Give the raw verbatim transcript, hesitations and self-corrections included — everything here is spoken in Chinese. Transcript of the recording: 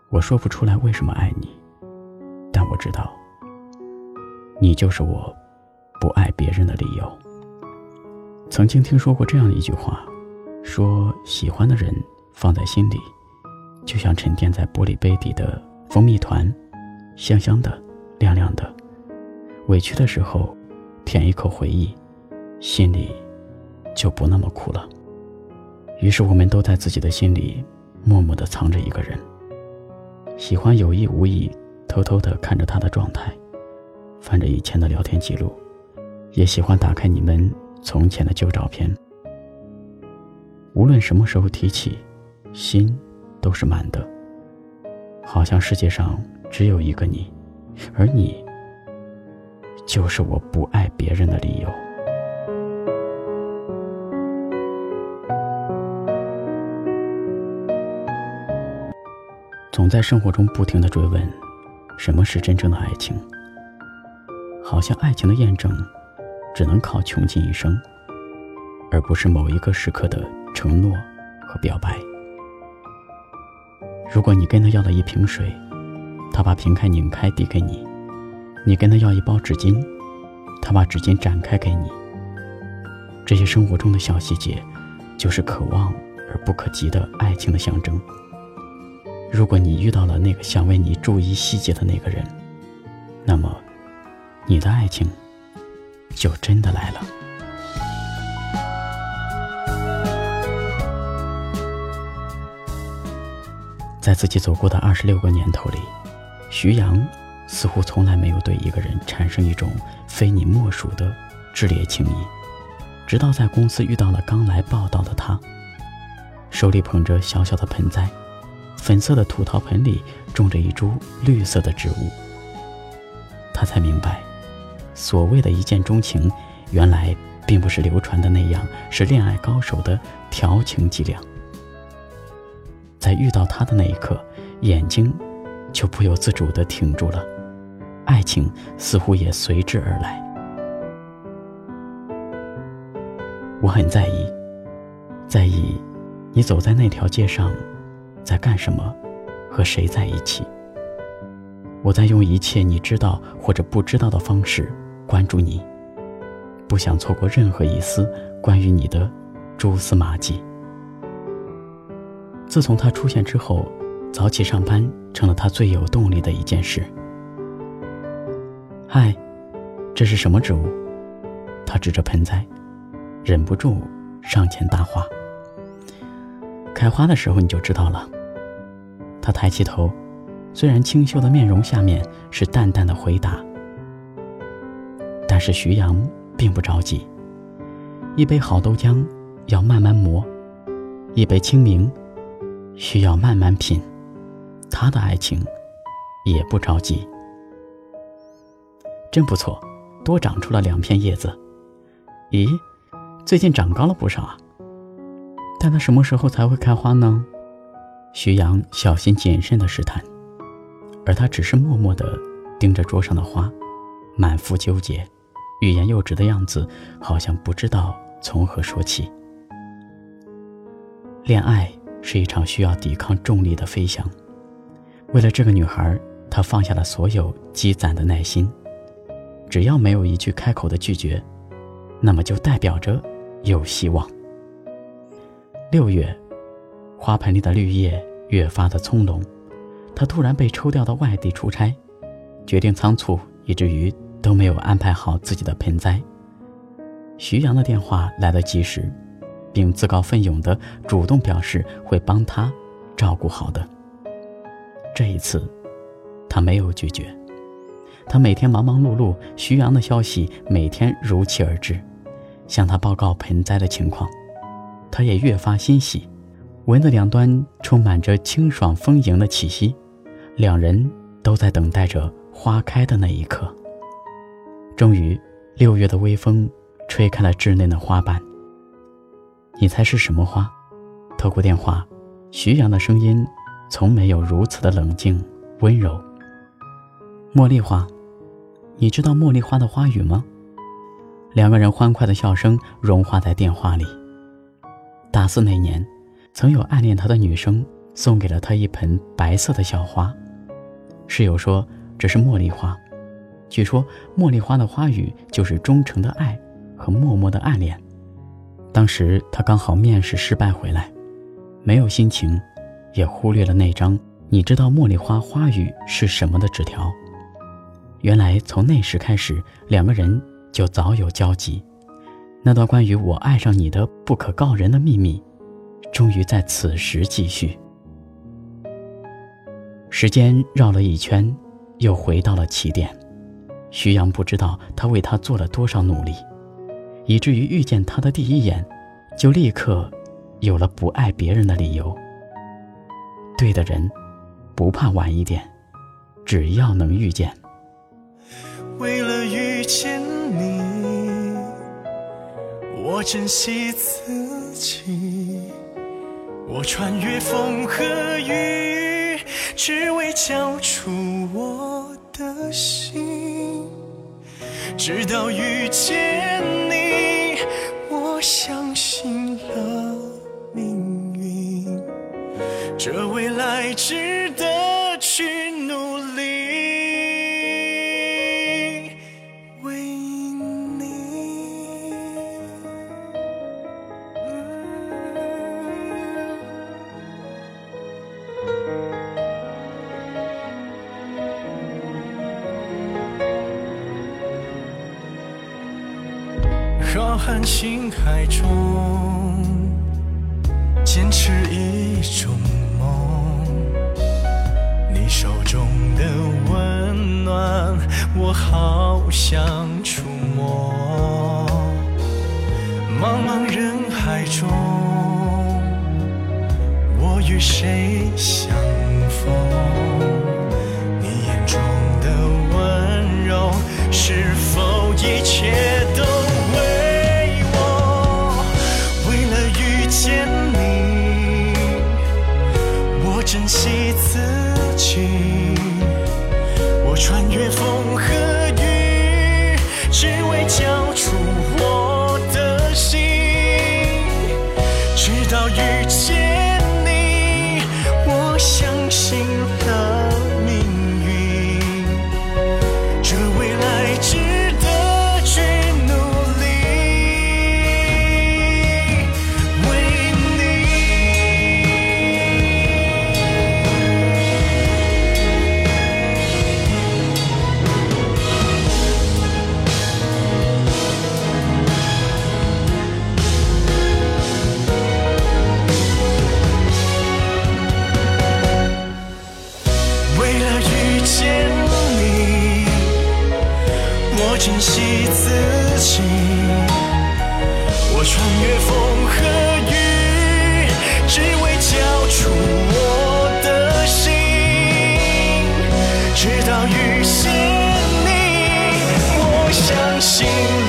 我说不出来为什么爱你，但我知道，你就是我不爱别人的理由。曾经听说过这样一句话，说喜欢的人放在心里，就像沉淀在玻璃杯底的蜂蜜团，香香的，亮亮的。委屈的时候，舔一口回忆，心里就不那么苦了。于是我们都在自己的心里默默地藏着一个人，喜欢有意无意偷偷地看着他的状态，翻着以前的聊天记录，也喜欢打开你们从前的旧照片。无论什么时候提起，心都是满的，好像世界上只有一个你，而你就是我不爱别人的理由。总在生活中不停地追问，什么是真正的爱情？好像爱情的验证只能靠穷尽一生，而不是某一个时刻的承诺和表白。如果你跟他要了一瓶水，他把瓶盖拧开递给你，你跟他要一包纸巾，他把纸巾展开给你。这些生活中的小细节，就是可望而不可及的爱情的象征。如果你遇到了那个想为你注意细节的那个人，那么你的爱情就真的来了。在自己走过的二十六个年头里，徐阳似乎从来没有对一个人产生一种非你莫属的炽烈情谊，直到在公司遇到了刚来报道的他，手里捧着小小的盆栽，粉色的土陶盆里种着一株绿色的植物。他才明白，所谓的一见钟情，原来并不是流传的那样是恋爱高手的调情伎俩。在遇到他的那一刻，眼睛就不由自主地挺住了，爱情似乎也随之而来。我很在意，在意你走在那条街上在干什么，和谁在一起。我在用一切你知道或者不知道的方式关注你，不想错过任何一丝关于你的蛛丝马迹。自从他出现之后，早起上班成了他最有动力的一件事。嗨，这是什么植物？他指着盆栽，忍不住上前搭话。开花的时候你就知道了。他抬起头，虽然清秀的面容下面是淡淡的回答，但是徐阳并不着急。一杯好豆浆要慢慢磨，一杯清明需要慢慢品。他的爱情也不着急。真不错，多长出了两片叶子。咦，最近长高了不少啊。但它什么时候才会开花呢？徐阳小心谨慎地试探，而他只是默默地盯着桌上的花，满腹纠结，欲言又止的样子，好像不知道从何说起。恋爱是一场需要抵抗重力的飞翔，为了这个女孩，他放下了所有积攒的耐心。只要没有一句开口的拒绝，那么就代表着有希望。六月，花盆里的绿叶越发的葱茏，他突然被抽调到外地出差，决定仓促，以至于都没有安排好自己的盆栽。徐阳的电话来得及时，并自告奋勇地主动表示会帮他照顾好的。这一次他没有拒绝。他每天忙忙碌碌，徐阳的消息每天如期而至，向他报告盆栽的情况。他也越发欣喜，蚊子两端充满着清爽丰盈的气息，两人都在等待着花开的那一刻。终于，六月的微风吹开了稚嫩的花瓣。你猜是什么花？透过电话，徐阳的声音从没有如此的冷静温柔。茉莉花。你知道茉莉花的花语吗？两个人欢快的笑声融化在电话里。大四那年，曾有暗恋他的女生送给了他一盆白色的小花。室友说这是茉莉花，据说茉莉花的花语就是忠诚的爱和默默的暗恋。当时他刚好面试失败回来，没有心情，也忽略了那张你知道茉莉花花语是什么的纸条。原来从那时开始，两个人就早有交集。那段关于我爱上你的不可告人的秘密，终于在此时继续。时间绕了一圈，又回到了起点。徐阳不知道他为他做了多少努力，以至于遇见他的第一眼，就立刻有了不爱别人的理由。对的人，不怕晚一点，只要能遇见。 为了遇见你，我珍惜自己，我穿越风和雨，只为交出我的心。直到遇见你，我相信了命运，这未来值得去努力。浩瀚星海中，坚持一种梦，你手中的温暖，我好想触摸。茫茫人海中，我与谁相逢？你眼中的温柔，是否一切都见你，我珍惜自己，我穿越风和雨，只为交出我的心。直到遇见你，我相信了命运，这未来值得去努力。珍惜自己，我穿越风和雨，只为交出我的心。直到遇见你，我相信